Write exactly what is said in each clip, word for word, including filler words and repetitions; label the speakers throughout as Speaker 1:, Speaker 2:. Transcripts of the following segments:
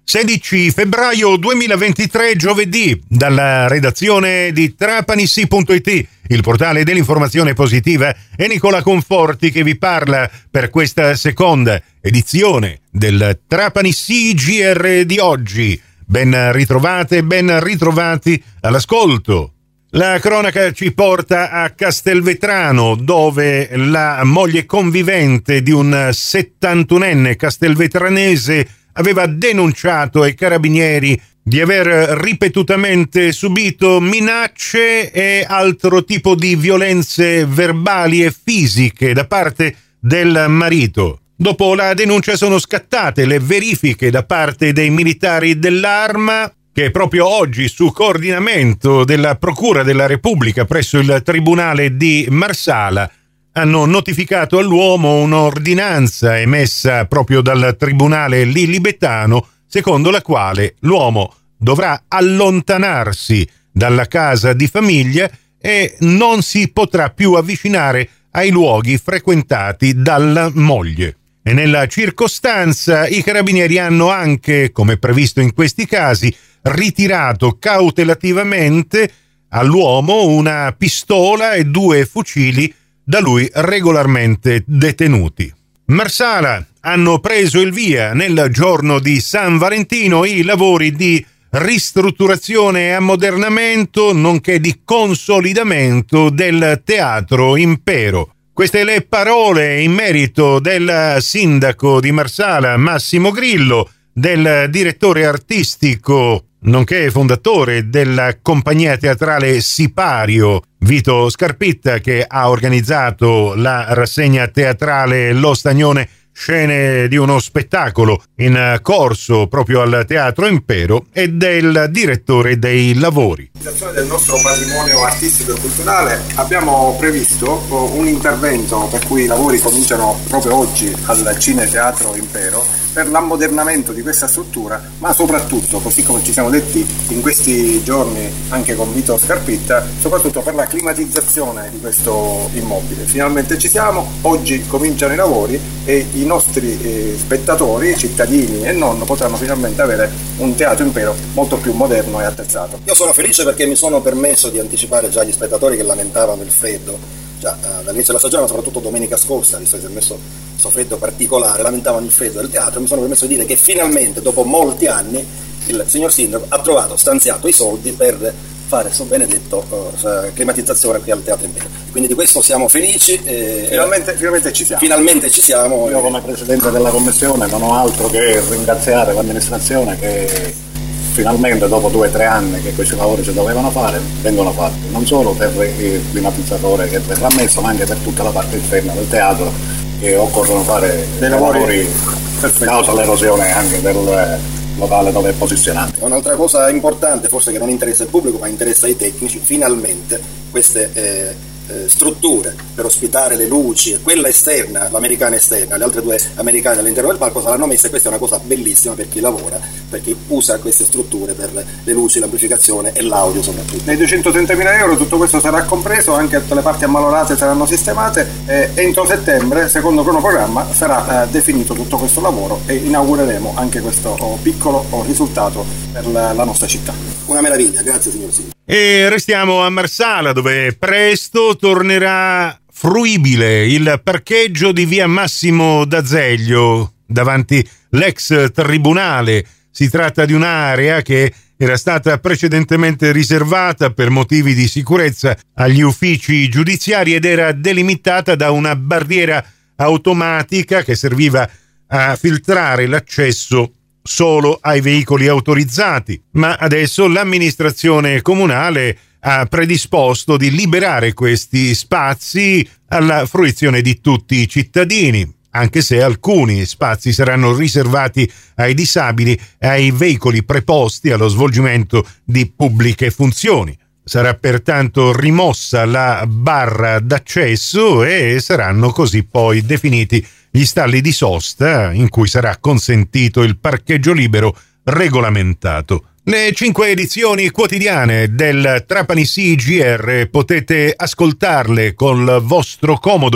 Speaker 1: sedici febbraio duemilaventitré, giovedì, dalla redazione di Trapanissi punto it, il portale dell'informazione positiva, è Nicola Conforti che vi parla per questa seconda edizione del Trapanissi G R di oggi. Ben ritrovate, ben ritrovati all'ascolto. La cronaca ci porta a Castelvetrano, dove la moglie convivente di un settantunenne castelvetranese aveva denunciato ai carabinieri di aver ripetutamente subito minacce e altro tipo di violenze verbali e fisiche da parte del marito. Dopo la denuncia sono scattate le verifiche da parte dei militari dell'Arma, che proprio oggi, su coordinamento della Procura della Repubblica presso il Tribunale di Marsala, hanno notificato all'uomo un'ordinanza emessa proprio dal Tribunale lilibetano, secondo la quale l'uomo dovrà allontanarsi dalla casa di famiglia e non si potrà più avvicinare ai luoghi frequentati dalla moglie. E nella circostanza i carabinieri hanno anche, come previsto in questi casi, ritirato cautelativamente all'uomo una pistola e due fucili da lui regolarmente detenuti. Marsala hanno preso il via nel giorno di San Valentino i lavori di ristrutturazione e ammodernamento nonché di consolidamento del Teatro Impero. Queste le parole in merito del sindaco di Marsala Massimo Grillo, del direttore artistico nonché fondatore della compagnia teatrale Sipario, Vito Scarpitta, che ha organizzato la rassegna teatrale Lo Stagnone, scene di uno spettacolo in corso proprio al Teatro Impero, e del direttore dei lavori.
Speaker 2: Del nostro patrimonio artistico e culturale abbiamo previsto un intervento per cui i lavori cominciano proprio oggi al Cine Teatro Impero per l'ammodernamento di questa struttura, ma soprattutto, così come ci siamo detti in questi giorni anche con Vito Scarpitta, soprattutto per la climatizzazione di questo immobile. Finalmente ci siamo, oggi cominciano i lavori e i nostri eh, spettatori, cittadini e non, potranno finalmente avere un Teatro Impero molto più moderno e attrezzato.
Speaker 3: Io sono felice perché mi sono permesso di anticipare già gli spettatori che lamentavano il freddo, già eh, dall'inizio della stagione, ma soprattutto domenica scorsa, visto che si è messo questo freddo particolare, lamentavano il freddo del teatro. Mi sono permesso di dire che finalmente, dopo molti anni, il signor sindaco ha trovato, stanziato i soldi per fare questo benedetto uh, climatizzazione qui al Teatro Impero. Quindi di questo siamo felici. E
Speaker 2: finalmente, finalmente ci siamo.
Speaker 3: Finalmente ci siamo.
Speaker 4: Io come Presidente della Commissione non ho altro che ringraziare l'amministrazione che finalmente dopo due o tre anni che questi lavori si dovevano fare, vengono fatti, non solo per il climatizzatore che verrà messo, ma anche per tutta la parte esterna del teatro, che occorrono fare dei lavori, lavori causa l'erosione anche del locale dove è posizionato.
Speaker 3: Un'altra cosa importante, forse che non interessa il pubblico ma interessa i tecnici, finalmente queste eh, eh, strutture per ospitare le luci, quella esterna, l'americana esterna, le altre due americane all'interno del palco saranno messe, e questa è una cosa bellissima per chi lavora, per chi usa queste strutture per le luci, l'amplificazione e l'audio soprattutto.
Speaker 2: Nei duecentotrentamila euro tutto questo sarà compreso, anche tutte le parti ammalorate saranno sistemate e entro settembre, secondo cronoprogramma, sarà eh, definito tutto questo lavoro e inaugureremo anche questo oh, piccolo oh, risultato per la, la nostra città.
Speaker 3: Una meraviglia, grazie signor Sindaco.
Speaker 1: E restiamo a Marsala, dove presto tornerà fruibile il parcheggio di via Massimo d'Azeglio davanti l'ex tribunale. Si tratta di un'area che era stata precedentemente riservata per motivi di sicurezza agli uffici giudiziari ed era delimitata da una barriera automatica che serviva a filtrare l'accesso solo ai veicoli autorizzati, ma adesso l'amministrazione comunale ha predisposto di liberare questi spazi alla fruizione di tutti i cittadini, anche se alcuni spazi saranno riservati ai disabili e ai veicoli preposti allo svolgimento di pubbliche funzioni. Sarà pertanto rimossa la barra d'accesso e saranno così poi definiti gli stalli di sosta in cui sarà consentito il parcheggio libero regolamentato. Le cinque edizioni quotidiane del Trapanissi G R potete ascoltarle col vostro comodo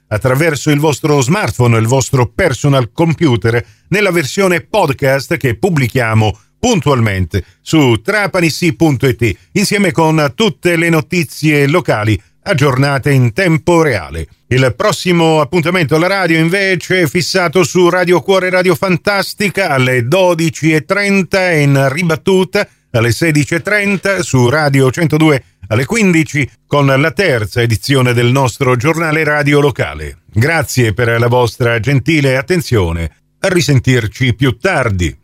Speaker 1: attraverso il vostro smartphone, il vostro personal computer, nella versione podcast che pubblichiamo puntualmente su trapanissi punto it, insieme con tutte le notizie locali aggiornate in tempo reale. Il prossimo appuntamento alla radio invece è fissato su Radio Cuore Radio Fantastica alle dodici e trenta e in ribattuta alle sedici e trenta su Radio centodue alle quindici con la terza edizione del nostro giornale radio locale. Grazie per la vostra gentile attenzione. A risentirci più tardi.